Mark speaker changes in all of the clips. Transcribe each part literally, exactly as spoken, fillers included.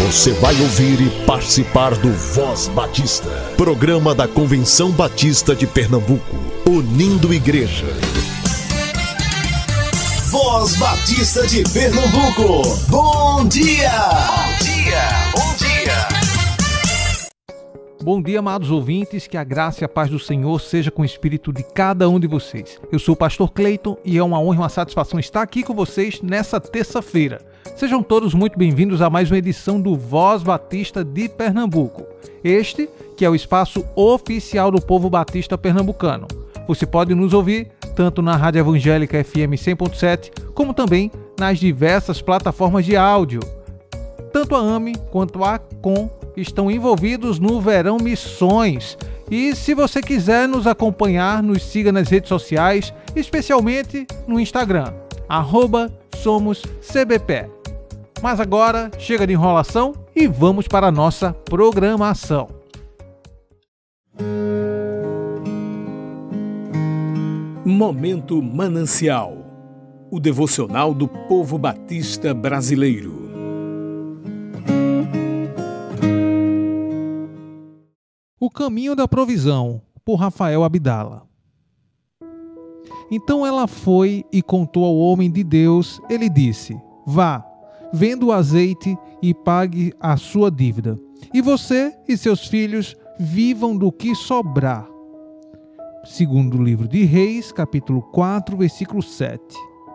Speaker 1: Você vai ouvir e participar do Voz Batista, programa da Convenção Batista de Pernambuco, unindo igreja. Voz Batista de Pernambuco, bom dia! Bom dia, bom dia!
Speaker 2: Bom dia, amados ouvintes, que a graça e a paz do Senhor seja com o espírito de cada um de vocês. Eu sou o pastor Cleiton e é uma honra e uma satisfação estar aqui com vocês nessa terça-feira. Sejam todos muito bem-vindos a mais uma edição do Voz Batista de Pernambuco. Este que é o espaço oficial do povo batista pernambucano. Você pode nos ouvir tanto na Rádio Evangélica F M cem ponto sete, como também nas diversas plataformas de áudio. Tanto a AME quanto a COM estão envolvidos no Verão Missões. E se você quiser nos acompanhar, nos siga nas redes sociais, especialmente no Instagram, arroba somos C B P. Mas agora, chega de enrolação e vamos para a nossa programação.
Speaker 3: Momento Manancial, o devocional do povo batista brasileiro.
Speaker 2: O Caminho da Provisão, por Rafael Abdala. Então ela foi e contou ao homem de Deus. Ele disse: vá, venda o azeite e pague a sua dívida, e você e seus filhos vivam do que sobrar. Segundo o livro de Reis, capítulo quatro, versículo sete.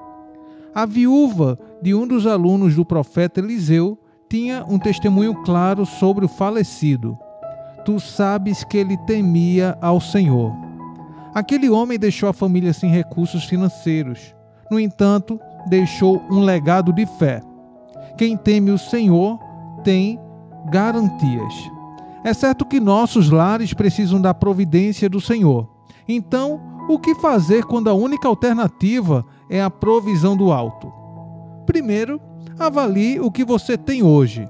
Speaker 2: A viúva de um dos alunos do profeta Eliseu tinha um testemunho claro sobre o falecido. Tu sabes que ele temia ao Senhor. Aquele homem deixou a família sem recursos financeiros. No entanto, deixou um legado de fé. Quem teme o Senhor tem garantias. É certo que nossos lares precisam da providência do Senhor. Então, o que fazer quando a única alternativa é a provisão do alto? Primeiro, avalie o que você tem hoje.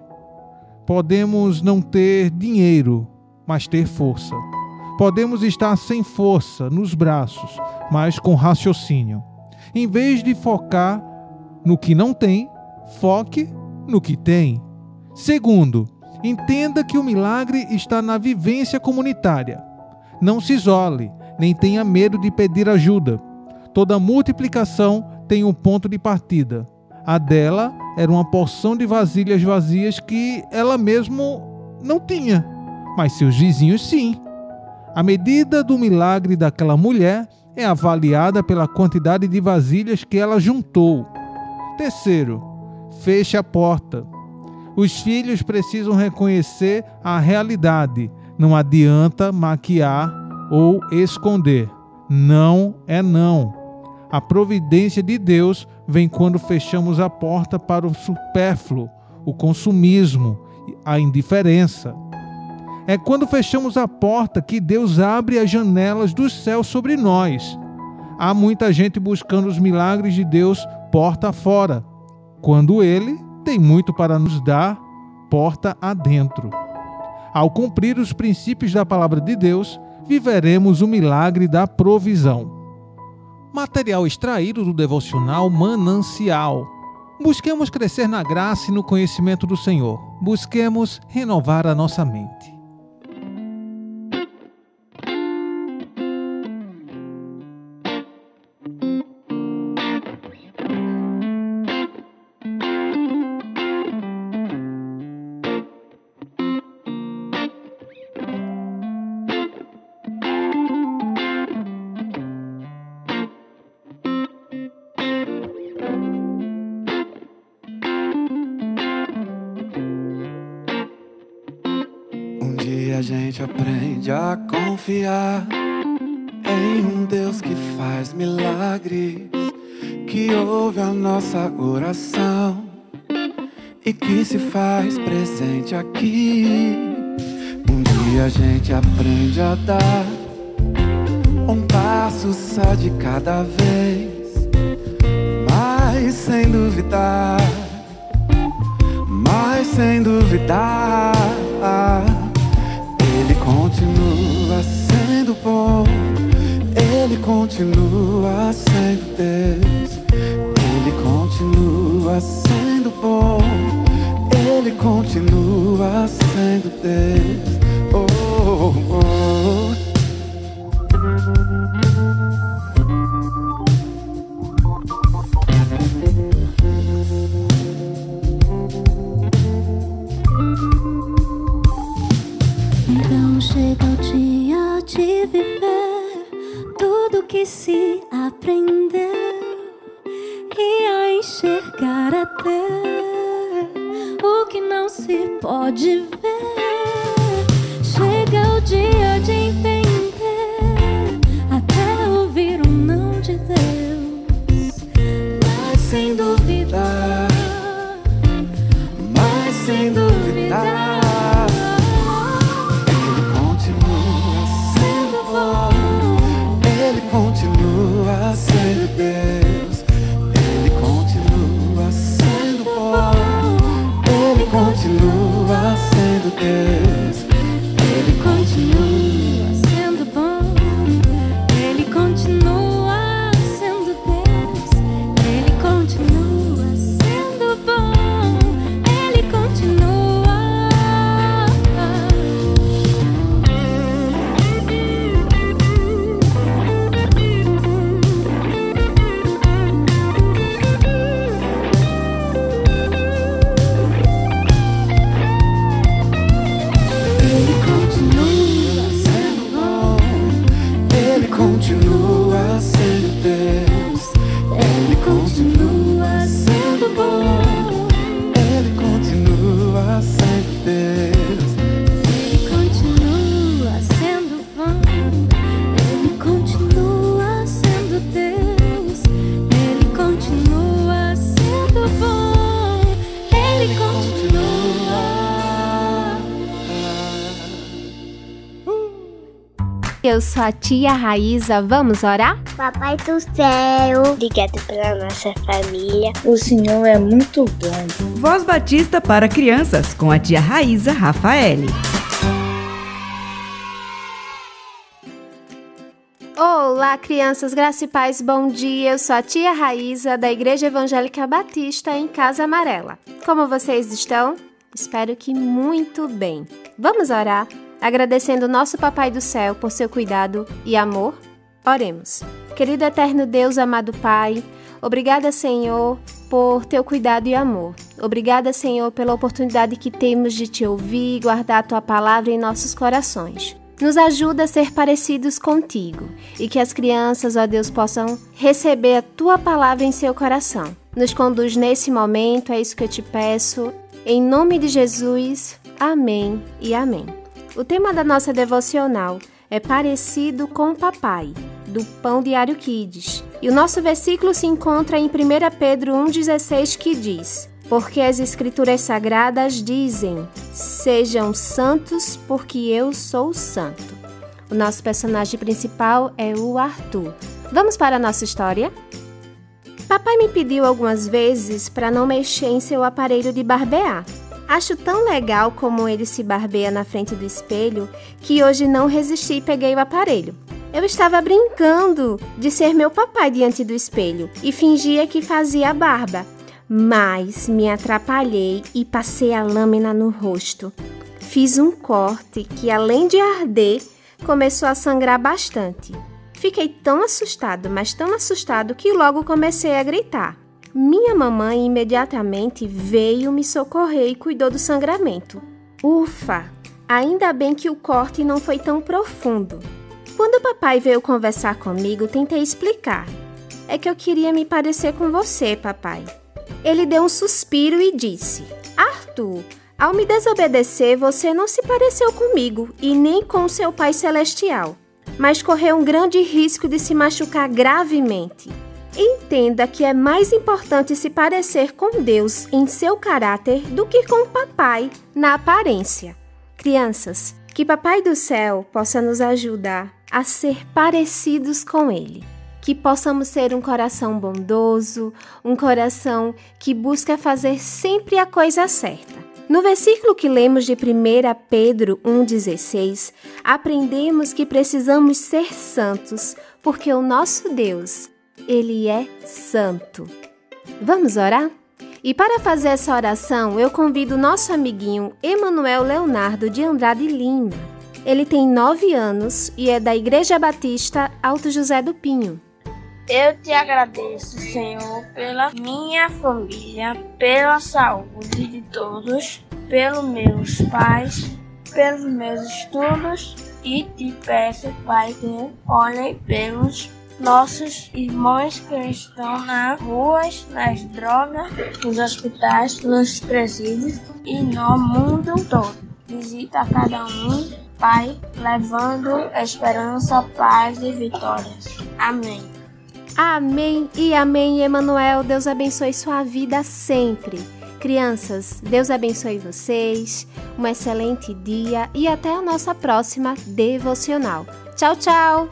Speaker 2: Podemos não ter dinheiro, mas ter força. Podemos estar sem força nos braços, mas com raciocínio. Em vez de focar no que não tem, foque no que tem. Segundo, entenda que o milagre está na vivência comunitária. Não se isole, nem tenha medo de pedir ajuda. Toda multiplicação tem um ponto de partida. A dela era uma porção de vasilhas vazias que ela mesma não tinha, mas seus vizinhos sim. A medida do milagre daquela mulher é avaliada pela quantidade de vasilhas que ela juntou. Terceiro, feche a porta. Os filhos precisam reconhecer a realidade. Não adianta maquiar ou esconder. Não é não. A providência de Deus vem quando fechamos a porta para o supérfluo, o consumismo, a indiferença. É quando fechamos a porta que Deus abre as janelas dos céus sobre nós. Há muita gente buscando os milagres de Deus porta fora, quando Ele tem muito para nos dar porta adentro. Ao cumprir os princípios da palavra de Deus, viveremos o milagre da provisão. Material extraído do devocional Manancial. Busquemos crescer na graça e no conhecimento do Senhor. Busquemos renovar a nossa mente.
Speaker 4: A gente aprende a confiar em um Deus que faz milagres, que ouve a nossa oração e que se faz presente aqui. Um dia a gente aprende a dar um passo só de cada vez, mas sem duvidar, mas sem duvidar. Ele continua sendo bom, Ele continua sendo Deus, Ele continua sendo bom, Ele continua continua sendo Deus. Oh, oh, oh.
Speaker 5: Então chega o dia de viver tudo que se aprendeu e a enxergar até o que não se pode ver. Chega o dia de entender, até ouvir um não de Deus. Mas sem duvidar, mas sem duvidar, Ele continua sendo Deus. Ele continua sendo bom. Ele continua sendo Deus. Ele continua sendo bom. Ele continua sendo Deus. Ele continua sendo bom. Ele continua. Continua sendo Deus. Ele continua sendo bom. Ele continua sendo Deus. Ele continua sendo bom. Ele continua sendo Deus. Ele continua sendo bom. Ele continua.
Speaker 6: Eu sou a tia Raíza, vamos orar?
Speaker 7: Papai do céu, obrigado pela nossa família. O Senhor é muito bom.
Speaker 8: Voz Batista para crianças, com a tia Raíza Rafaele.
Speaker 6: Olá, crianças, graça e paz, bom dia. Eu sou a tia Raíza, da Igreja Evangélica Batista, em Casa Amarela. Como vocês estão? Espero que muito bem. Vamos orar? Agradecendo nosso Papai do Céu por seu cuidado e amor, oremos. Querido eterno Deus, amado Pai, obrigada, Senhor, por teu cuidado e amor. Obrigada, Senhor, pela oportunidade que temos de te ouvir e guardar a tua palavra em nossos corações. Nos ajuda a ser parecidos contigo e que as crianças, ó Deus, possam receber a tua palavra em seu coração. Nos conduz nesse momento, é isso que eu te peço. Em nome de Jesus, amém e amém. O tema da nossa devocional é parecido com o papai, do Pão Diário Kids. E o nosso versículo se encontra em primeira Pedro um, dezesseis, que diz: porque as escrituras sagradas dizem, sejam santos porque eu sou santo. O nosso personagem principal é o Arthur. Vamos para a nossa história? Papai me pediu algumas vezes para não mexer em seu aparelho de barbear. Acho tão legal como ele se barbeia na frente do espelho que hoje não resisti e peguei o aparelho. Eu estava brincando de ser meu papai diante do espelho e fingia que fazia a barba, mas me atrapalhei e passei a lâmina no rosto. Fiz um corte que, além de arder, começou a sangrar bastante. Fiquei tão assustado, mas tão assustado que logo comecei a gritar. Minha mamãe imediatamente veio me socorrer e cuidou do sangramento. Ufa! Ainda bem que o corte não foi tão profundo. Quando o papai veio conversar comigo, tentei explicar. É que eu queria me parecer com você, papai. Ele deu um suspiro e disse: Arthur, ao me desobedecer, você não se pareceu comigo e nem com seu pai celestial, mas correu um grande risco de se machucar gravemente. Entenda que é mais importante se parecer com Deus em seu caráter do que com o papai na aparência. Crianças, que Papai do Céu possa nos ajudar a ser parecidos com Ele. Que possamos ter um coração bondoso, um coração que busca fazer sempre a coisa certa. No versículo que lemos de primeira Pedro um, dezesseis, aprendemos que precisamos ser santos, porque o nosso Deus, Ele é santo. Vamos orar? E para fazer essa oração, eu convido o nosso amiguinho Emanuel Leonardo de Andrade Lima. Ele tem nove anos e é da Igreja Batista Alto José do Pinho.
Speaker 9: Eu te agradeço, Senhor, pela minha família, pela saúde de todos, pelos meus pais, pelos meus estudos e te peço, Pai, que olhe pelos nossos irmãos que estão nas ruas, nas drogas, nos hospitais, nos presídios e no mundo todo. Visita cada um, Pai, levando esperança, paz e vitórias. Amém.
Speaker 6: Amém e amém, Emanuel. Deus abençoe sua vida sempre. Crianças, Deus abençoe vocês. Um excelente dia e até a nossa próxima devocional. Tchau, tchau!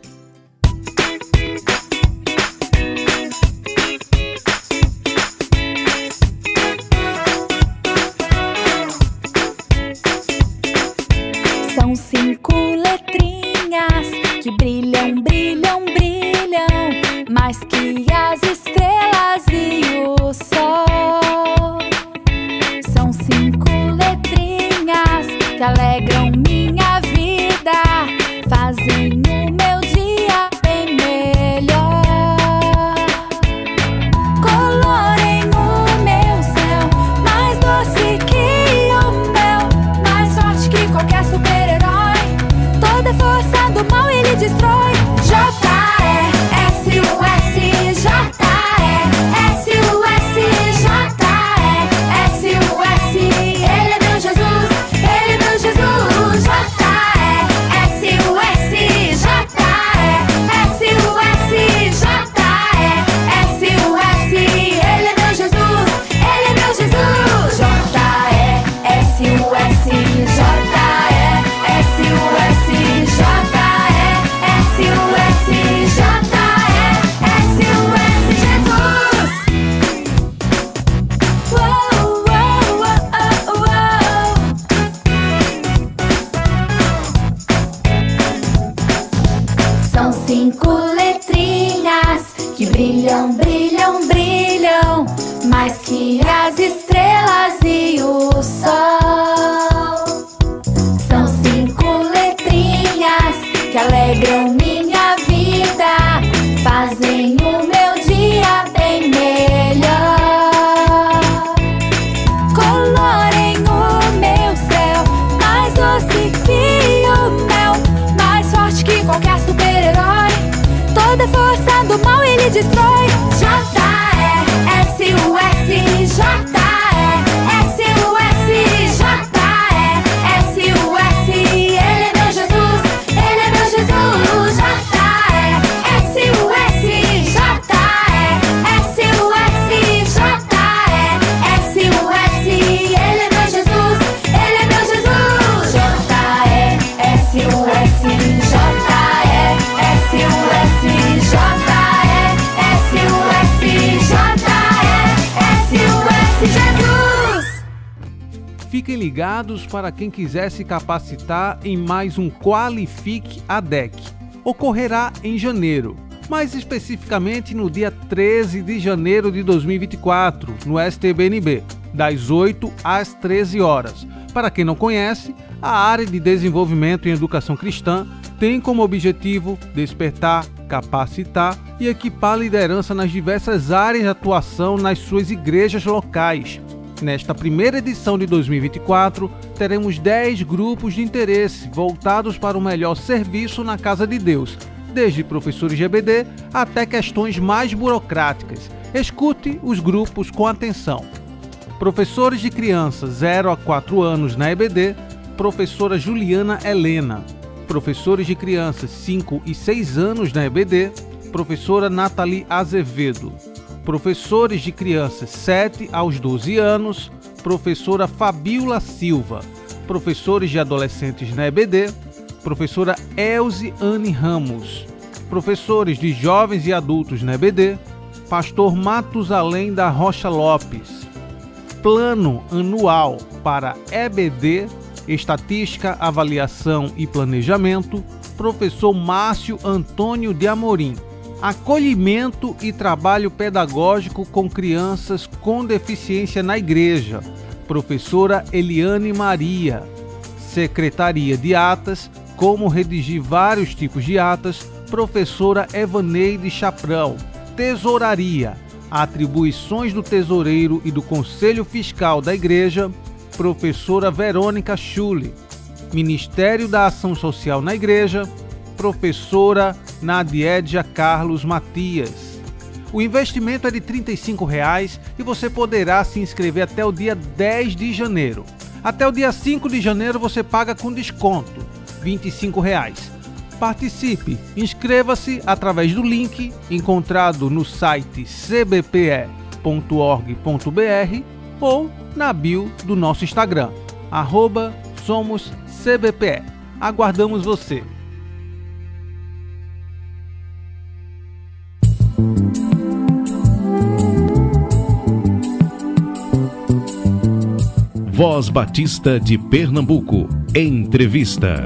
Speaker 5: São cinco letrinhas que brilham, brilham, brilham, mais que as estrelas e o sol. São cinco letrinhas que alegram minha vida, fazem o meu dia bem melhor. Colorem o meu céu, mais doce que o mel, mais forte que qualquer super-herói. Toda força do mal ele destrói. J E S U S, J E S U S, J E S U S. Ele é meu Jesus, ele é meu Jesus. J E S U S, J E S U S, J E S U S. Ele é meu Jesus, ele é meu Jesus. J E S U S, J E S U S, J E S U S, J E S U S, Jesus. Uou, uou, uou, uou. São cinco letrinhas que brilham, brilham, brilham, mais que as estrelas e o sol. São cinco letrinhas que alegram minha vida, fazem o meu dia bem melhor. Colorem o meu céu, mais doce que o mel, mais forte que qualquer super-herói. Toda força do mal ele destrói. J E S U S, J E S U S, J E S U S. Ele é meu Jesus, ele é meu Jesus. J E S U S, J E S U S, J E S U S. Ele é meu Jesus, ele é meu Jesus. J E S U S, J E S U S, J E S U S, J E S U S, Jesus.
Speaker 2: Fiquem ligados para quem quiser se capacitar em mais um Qualifique A D E C. Ocorrerá em janeiro, mais especificamente no dia treze de janeiro de dois mil e vinte e quatro, no S T B N B, das oito às treze horas. Para quem não conhece, a área de desenvolvimento em educação cristã tem como objetivo despertar, capacitar e equipar a liderança nas diversas áreas de atuação nas suas igrejas locais. Nesta primeira edição de dois mil e vinte e quatro, teremos dez grupos de interesse voltados para o melhor serviço na Casa de Deus, desde professores de E B D até questões mais burocráticas. Escute os grupos com atenção. Professores de crianças zero a quatro anos na E B D, professora Juliana Helena. Professores de crianças cinco e seis anos na E B D, professora Nathalie Azevedo. Professores de crianças sete aos doze anos, professora Fabiola Silva. Professores de adolescentes na E B D, professora Elze Anne Ramos. Professores de jovens e adultos na E B D, pastor Matusalém da Rocha Lopes. Plano anual para E B D, Estatística, Avaliação e Planejamento, professor Márcio Antônio de Amorim. Acolhimento e trabalho pedagógico com crianças com deficiência na igreja, professora Eliane Maria. Secretaria de Atas, como redigir vários tipos de atas, professora Evaneide Chaprão. Tesouraria, atribuições do tesoureiro e do Conselho Fiscal da Igreja, professora Verônica Schulli. Ministério da Ação Social na Igreja, professora Nadiedia Carlos Matias. O investimento é de trinta e cinco reais e você poderá se inscrever até o dia dez de janeiro. Até o dia cinco de janeiro você paga com desconto, vinte e cinco reais. Participe, inscreva-se através do link encontrado no site c b p e ponto org ponto b r ou na bio do nosso Instagram, arroba somos C B P E. Aguardamos você!
Speaker 1: Voz Batista de Pernambuco. Entrevista.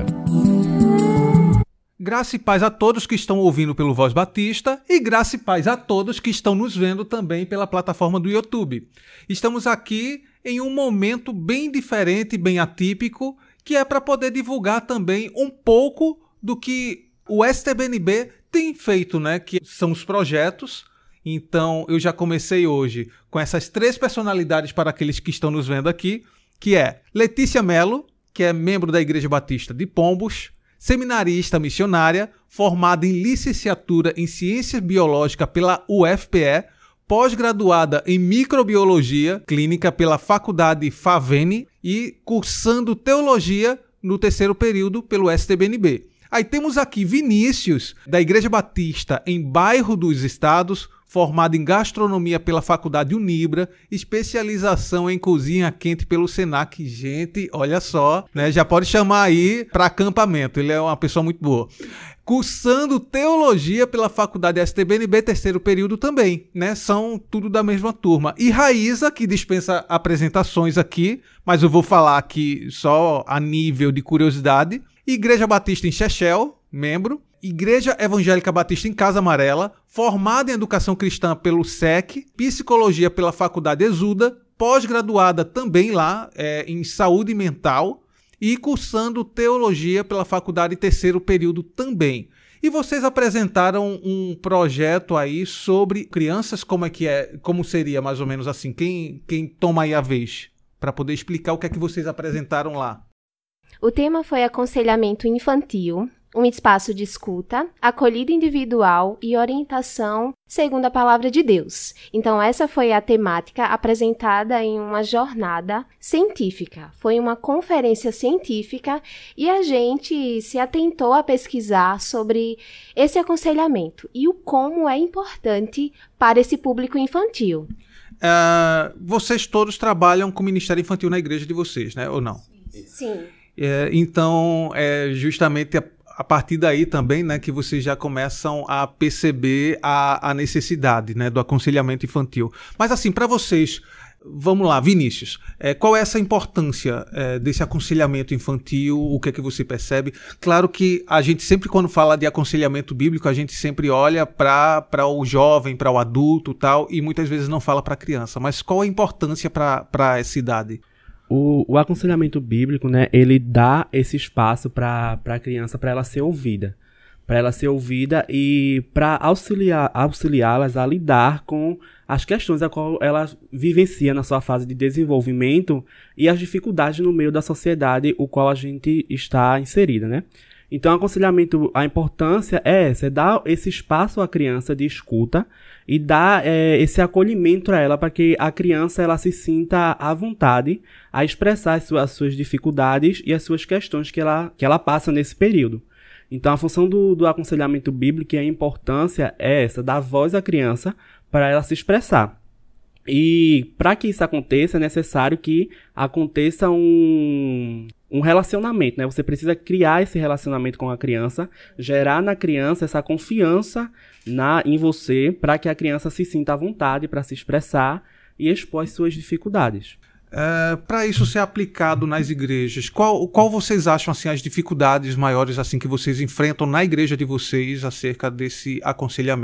Speaker 2: Graça e paz a todos que estão ouvindo pelo Voz Batista e graça e paz a todos que estão nos vendo também pela plataforma do YouTube. Estamos aqui em um momento bem diferente, bem atípico, que é para poder divulgar também um pouco do que o S T B N B tem feito, né? Que são os projetos. Então, eu já comecei hoje com essas três personalidades para aqueles que estão nos vendo aqui, que é Letícia Melo, que é membro da Igreja Batista de Pombos, seminarista missionária, formada em licenciatura em Ciências Biológicas pela U F P E, pós-graduada em Microbiologia Clínica pela Faculdade Favene e cursando Teologia no terceiro período pelo S T B N B. Aí temos aqui Vinícius, da Igreja Batista em Bairro dos Estados, formado em Gastronomia pela Faculdade Unibra, especialização em Cozinha Quente pelo Senac. Gente, olha só, né? Já pode chamar aí para acampamento, ele é uma pessoa muito boa. Cursando Teologia pela Faculdade S T B N B, terceiro período também, né? São tudo da mesma turma. E Raíza, que dispensa apresentações aqui, mas eu vou falar aqui só a nível de curiosidade. Igreja Batista em Chechel, membro. Igreja Evangélica Batista em Casa Amarela, formada em Educação Cristã pelo S E C, Psicologia pela Faculdade Exuda, pós-graduada também lá é, em Saúde Mental e cursando Teologia pela Faculdade Terceiro Período também. E vocês apresentaram um projeto aí sobre crianças, como é que é, como seria mais ou menos assim? Quem, quem toma aí a vez para poder explicar o que é que vocês apresentaram lá?
Speaker 6: O tema foi aconselhamento infantil, um espaço de escuta, acolhida individual e orientação segundo a palavra de Deus. Então, essa foi a temática apresentada em uma jornada científica. Foi uma conferência científica e a gente se atentou a pesquisar sobre esse aconselhamento e o como é importante para esse público infantil.
Speaker 2: Uh, vocês todos trabalham com o Ministério Infantil na igreja de vocês, né? Ou não?
Speaker 6: Sim.
Speaker 2: É, então, é justamente a, a partir daí também, né, que vocês já começam a perceber a, a necessidade, né, do aconselhamento infantil. Mas assim, para vocês, vamos lá, Vinícius, é, qual é essa importância é, desse aconselhamento infantil? O que é que você percebe? Claro que a gente sempre, quando fala de aconselhamento bíblico, a gente sempre olha para o jovem, para o adulto e tal, e muitas vezes não fala para a criança. Mas qual a importância para essa idade?
Speaker 10: O, o aconselhamento bíblico, né, ele dá esse espaço para a criança, para ela ser ouvida. Para ela ser ouvida e para auxiliar, auxiliá-las a lidar com as questões a qual ela vivencia na sua fase de desenvolvimento e as dificuldades no meio da sociedade o qual a gente está inserida, né? Então, o aconselhamento, a importância é essa, é dar esse espaço à criança de escuta e dar é, esse acolhimento a ela para que a criança ela se sinta à vontade a expressar as suas, as suas dificuldades e as suas questões que ela, que ela passa nesse período. Então, a função do, do aconselhamento bíblico e a importância é essa, dar voz à criança para ela se expressar. E para que isso aconteça, é necessário que aconteça um, um relacionamento, né? Você precisa criar esse relacionamento com a criança, gerar na criança essa confiança na, em você, para que a criança se sinta à vontade para se expressar e expor as suas dificuldades.
Speaker 2: É, para isso ser aplicado nas igrejas, qual, qual vocês acham assim, as dificuldades maiores assim, que vocês enfrentam na igreja de vocês acerca desse aconselhamento?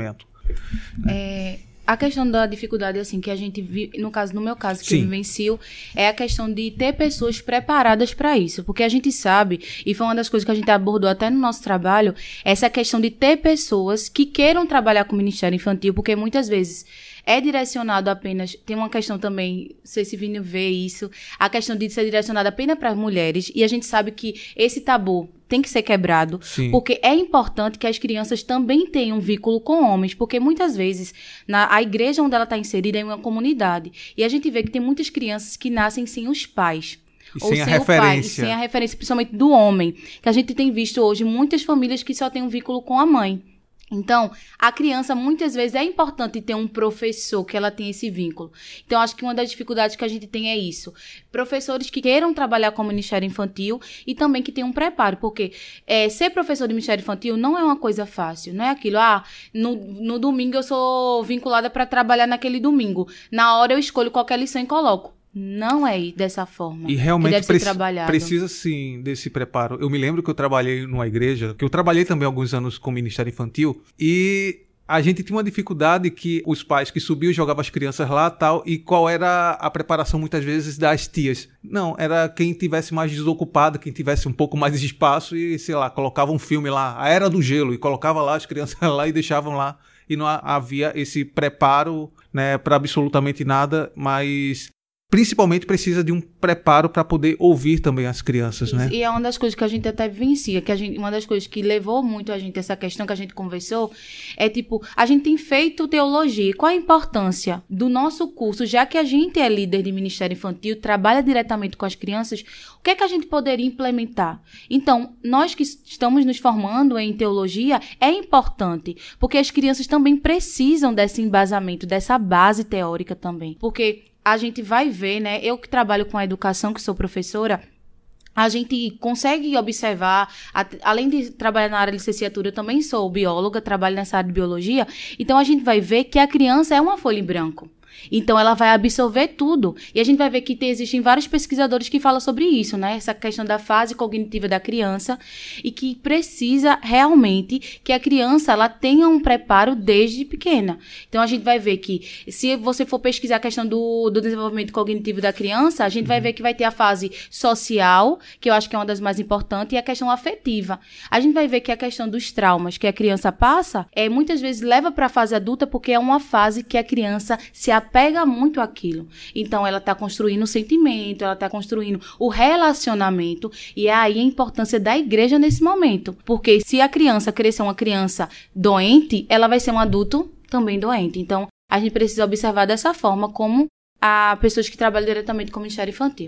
Speaker 11: É, a questão da dificuldade, assim, que a gente vive, no caso, no meu caso, que
Speaker 2: Sim.
Speaker 11: eu vivencio, é a questão de ter pessoas preparadas para isso. Porque a gente sabe, e foi uma das coisas que a gente abordou até no nosso trabalho, essa questão de ter pessoas que queiram trabalhar com o Ministério Infantil, porque muitas vezes é direcionado apenas, tem uma questão também, não sei se Vini vê isso, a questão de ser direcionado apenas para as mulheres, e a gente sabe que esse tabu tem que ser quebrado,
Speaker 2: Sim.
Speaker 11: porque é importante que as crianças também tenham um vínculo com homens, porque muitas vezes na, a igreja onde ela está inserida é uma comunidade, e a gente vê que tem muitas crianças que nascem sem os pais.
Speaker 2: E
Speaker 11: ou
Speaker 2: sem
Speaker 11: sem
Speaker 2: a
Speaker 11: o pai,
Speaker 2: referência.
Speaker 11: sem a referência, principalmente do homem, que a gente tem visto hoje muitas famílias que só têm um vínculo com a mãe. Então, a criança, muitas vezes, é importante ter um professor que ela tenha esse vínculo. Então, acho que uma das dificuldades que a gente tem é isso. Professores que queiram trabalhar com o Ministério Infantil e também que tenham um preparo, porque é, ser professor do Ministério Infantil não é uma coisa fácil, não é aquilo, ah, no, no domingo eu sou vinculada para trabalhar naquele domingo. Na hora eu escolho qualquer lição e coloco. Não é dessa forma
Speaker 2: E realmente
Speaker 11: que deve
Speaker 2: preci-
Speaker 11: ser trabalhado.
Speaker 2: precisa, sim, desse preparo. Eu me lembro que eu trabalhei numa igreja, que eu trabalhei também alguns anos com o Ministério Infantil, e a gente tinha uma dificuldade que os pais que subiam e jogavam as crianças lá e tal, e qual era a preparação muitas vezes das tias? Não, era quem tivesse mais desocupado, quem tivesse um pouco mais de espaço e, sei lá, colocava um filme lá, a Era do Gelo, e colocava lá as crianças lá e deixavam lá, e não havia esse preparo, né, para absolutamente nada, mas principalmente precisa de um preparo para poder ouvir também as crianças, né?
Speaker 11: E é uma das coisas que a gente até vivencia, que a gente, uma das coisas que levou muito a gente, essa questão que a gente conversou, é tipo, a gente tem feito teologia. Qual a importância do nosso curso, já que a gente é líder de Ministério Infantil, trabalha diretamente com as crianças, o que é que a gente poderia implementar? Então, nós que estamos nos formando em teologia, é importante, porque as crianças também precisam desse embasamento, dessa base teórica também, porque a gente vai ver, né? Eu que trabalho com a educação, que sou professora, a gente consegue observar, a, além de trabalhar na área de licenciatura, eu também sou bióloga, trabalho nessa área de biologia, então a gente vai ver que a criança é uma folha em branco. Então, ela vai absorver tudo. E a gente vai ver que tem, existem vários pesquisadores que falam sobre isso, né? Essa questão da fase cognitiva da criança e que precisa realmente que a criança ela tenha um preparo desde pequena. Então, a gente vai ver que se você for pesquisar a questão do, do desenvolvimento cognitivo da criança, a gente vai ver que vai ter a fase social, que eu acho que é uma das mais importantes, e a questão afetiva. A gente vai ver que a questão dos traumas que a criança passa, é, muitas vezes leva para a fase adulta porque é uma fase que a criança se apega muito àquilo. Então, ela está construindo o sentimento, ela está construindo o relacionamento, e é aí a importância da igreja nesse momento. Porque se a criança crescer uma criança doente, ela vai ser um adulto também doente. Então, a gente precisa observar dessa forma como a pessoas que trabalham diretamente com o Ministério Infantil.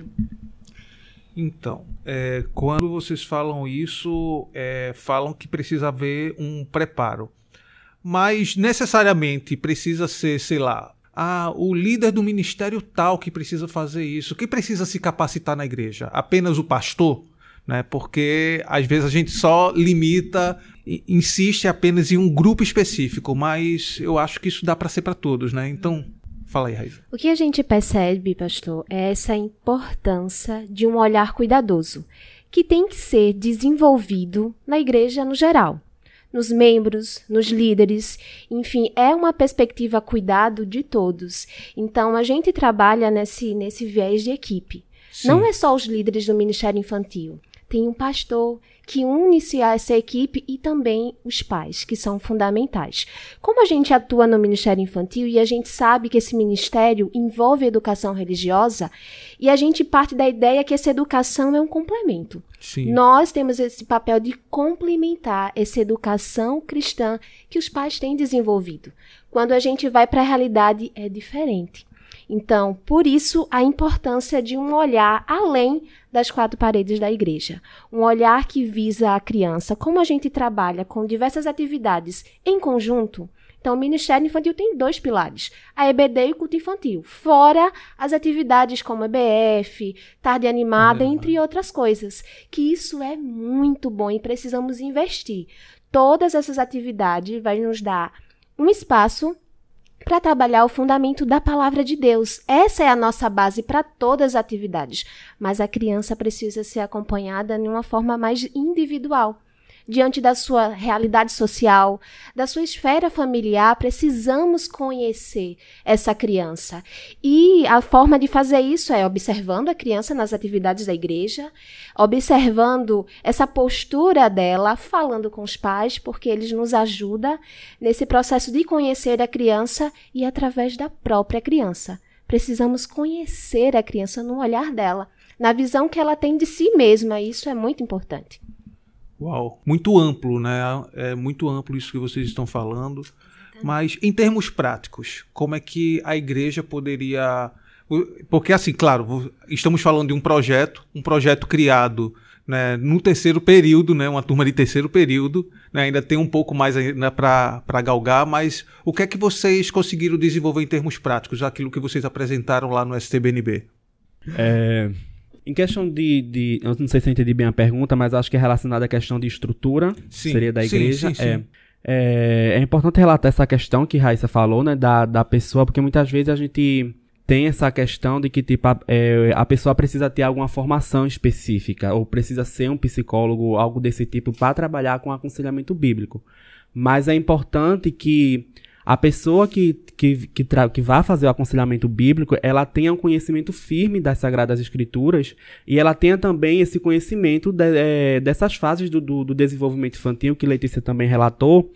Speaker 2: Então, é, quando vocês falam isso, é, falam que precisa haver um preparo. Mas necessariamente precisa ser, sei lá, ah, o líder do ministério tal que precisa fazer isso. Quem precisa se capacitar na igreja? Apenas o pastor? Né? Porque às vezes a gente só limita, insiste apenas em um grupo específico, mas eu acho que isso dá para ser para todos, né? Então, fala aí, Raíza.
Speaker 6: O que a gente percebe, pastor, é essa importância de um olhar cuidadoso, que tem que ser desenvolvido na igreja no geral. Nos membros, nos líderes, enfim, é uma perspectiva cuidado de todos. Então, a gente trabalha nesse, nesse viés de equipe. Sim. Não é só os líderes do Ministério Infantil. Tem um pastor que une-se a essa equipe e também os pais, que são fundamentais. Como a gente atua no Ministério Infantil e a gente sabe que esse ministério envolve educação religiosa, e a gente parte da ideia que essa educação é um complemento. Sim. Nós temos esse papel de complementar essa educação cristã que os pais têm desenvolvido. Quando a gente vai para a realidade, é diferente. Então, por isso, a importância de um olhar além das quatro paredes da igreja. Um olhar que visa a criança. Como a gente trabalha com diversas atividades em conjunto, então o Ministério Infantil tem dois pilares, a E B D e o culto infantil, fora as atividades como E B F, tarde animada, é, entre outras coisas, que isso é muito bom e precisamos investir. Todas essas atividades vão nos dar um espaço para trabalhar o fundamento da palavra de Deus. Essa é a nossa base para todas as atividades, mas a criança precisa ser acompanhada de uma forma mais individual. diante da sua realidade social, da sua esfera familiar, precisamos conhecer essa criança. E a forma de fazer isso é observando a criança nas atividades da igreja, observando essa postura dela, falando com os pais, porque eles nos ajudam nesse processo de conhecer a criança e através da própria criança. Precisamos conhecer a criança no olhar dela, na visão que ela tem de si mesma. Isso é muito importante.
Speaker 2: Uau, muito amplo, né? É muito amplo isso que vocês estão falando. Mas, em termos práticos, como é que a igreja poderia... Porque, assim, claro, estamos falando de um projeto, um projeto criado, né, no terceiro período, né, uma turma de terceiro período, né, ainda tem um pouco mais para galgar, mas o que é que vocês conseguiram desenvolver em termos práticos, aquilo que vocês apresentaram lá no S T B N B?
Speaker 10: É... Em questão de, de... Eu não sei se eu entendi bem a pergunta, mas acho que é relacionada à questão de estrutura,
Speaker 2: sim,
Speaker 10: seria da igreja.
Speaker 2: Sim, sim, sim.
Speaker 10: É, é, é importante relatar essa questão que Raíssa falou, né, da, da pessoa, porque muitas vezes a gente tem essa questão de que tipo, a, é, a pessoa precisa ter alguma formação específica, ou precisa ser um psicólogo, algo desse tipo, para trabalhar com aconselhamento bíblico. Mas é importante que a pessoa que, que, que, tra- que vai fazer o aconselhamento bíblico, ela tenha um conhecimento firme das Sagradas Escrituras e ela tenha também esse conhecimento de, é, dessas fases do, do, do desenvolvimento infantil que Letícia também relatou.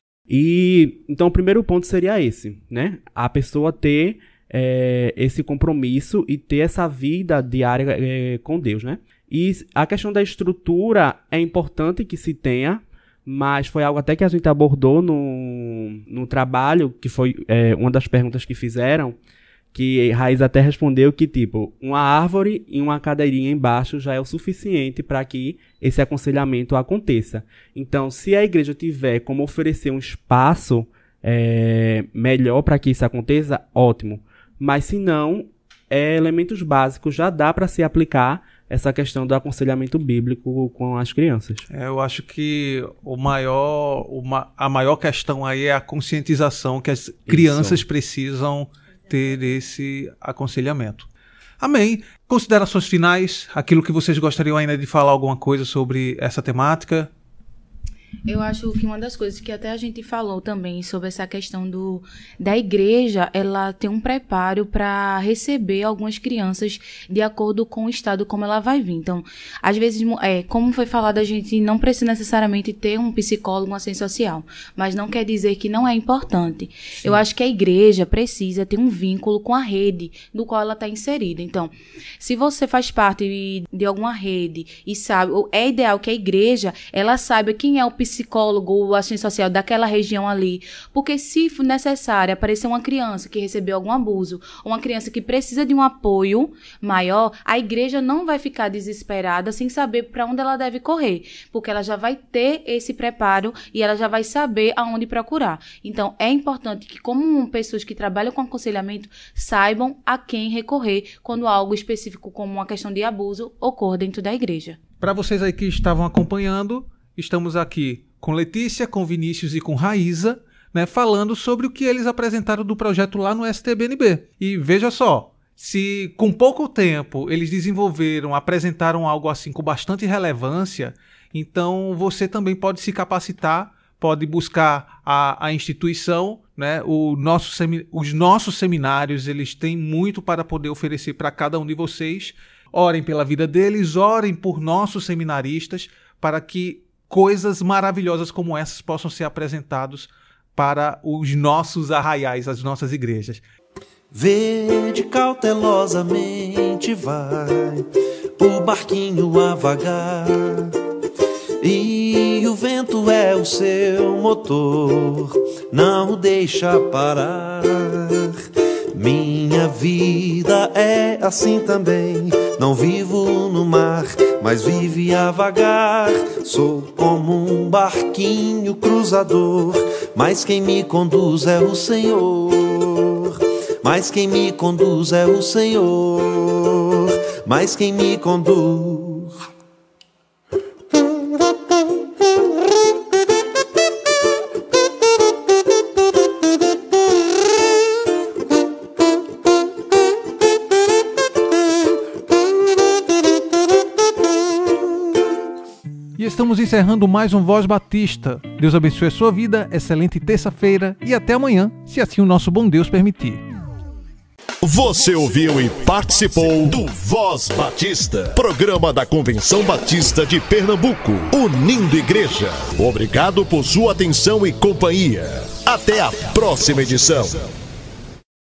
Speaker 10: E então o primeiro ponto seria esse, né? A pessoa ter é, esse compromisso e ter essa vida diária é, com Deus, né? E a questão da estrutura é importante que se tenha, mas foi algo até que a gente abordou no, no trabalho, que foi é, uma das perguntas que fizeram, que Raiz até respondeu que, tipo, uma árvore e uma cadeirinha embaixo já é o suficiente para que esse aconselhamento aconteça. Então, se a igreja tiver como oferecer um espaço é, melhor para que isso aconteça, ótimo. Mas, se não, é, elementos básicos já dá para se aplicar essa questão do aconselhamento bíblico com as crianças.
Speaker 2: É, eu acho que o maior, uma, a maior questão aí é a conscientização que as crianças Isso. precisam ter esse aconselhamento. Amém. Considerações finais, aquilo que vocês gostariam ainda de falar alguma coisa sobre essa temática?
Speaker 11: Eu acho que uma das coisas que até a gente falou também sobre essa questão do, da igreja, ela tem um preparo para receber algumas crianças de acordo com o estado como ela vai vir. Então, às vezes, é, como foi falado, a gente não precisa necessariamente ter um psicólogo, uma assistente social, mas não quer dizer que não é importante. Sim. Eu acho que a igreja precisa ter um vínculo com a rede do qual ela está inserida. Então, se você faz parte de alguma rede e sabe, é ideal que a igreja, ela saiba quem é o psicólogo ou assistente social daquela região ali, porque se for necessário aparecer uma criança que recebeu algum abuso, ou uma criança que precisa de um apoio maior, a igreja não vai ficar desesperada sem saber para onde ela deve correr, porque ela já vai ter esse preparo e ela já vai saber aonde procurar. Então, é importante que, como pessoas que trabalham com aconselhamento, saibam a quem recorrer quando algo específico, como uma questão de abuso, ocorra dentro da igreja.
Speaker 2: Para vocês aí que estavam acompanhando, estamos aqui com Letícia, com Vinícius e com Raíza, né, falando sobre o que eles apresentaram do projeto lá no S T B N B. E veja só, se com pouco tempo eles desenvolveram, apresentaram algo assim com bastante relevância, então você também pode se capacitar, pode buscar a, a instituição, né, o nosso semi, os nossos seminários, eles têm muito para poder oferecer para cada um de vocês. Orem pela vida deles, orem por nossos seminaristas, para que coisas maravilhosas como essas possam ser apresentadas para os nossos arraiais, as nossas igrejas.
Speaker 12: Vede cautelosamente vai o barquinho a vagar, e o vento é o seu motor, não o deixa parar. Minha vida é assim também, não vivo no mar, mas vive a vagar. Sou como um barquinho cruzador, mas quem me conduz é o Senhor. Mas quem me conduz é o Senhor. Mas quem me conduz...
Speaker 2: E estamos encerrando mais um Voz Batista. Deus abençoe a sua vida, excelente terça-feira e até amanhã, se assim o nosso bom Deus permitir.
Speaker 1: Você ouviu e participou do Voz Batista, programa da Convenção Batista de Pernambuco, unindo igreja. Obrigado por sua atenção e companhia. Até a próxima edição.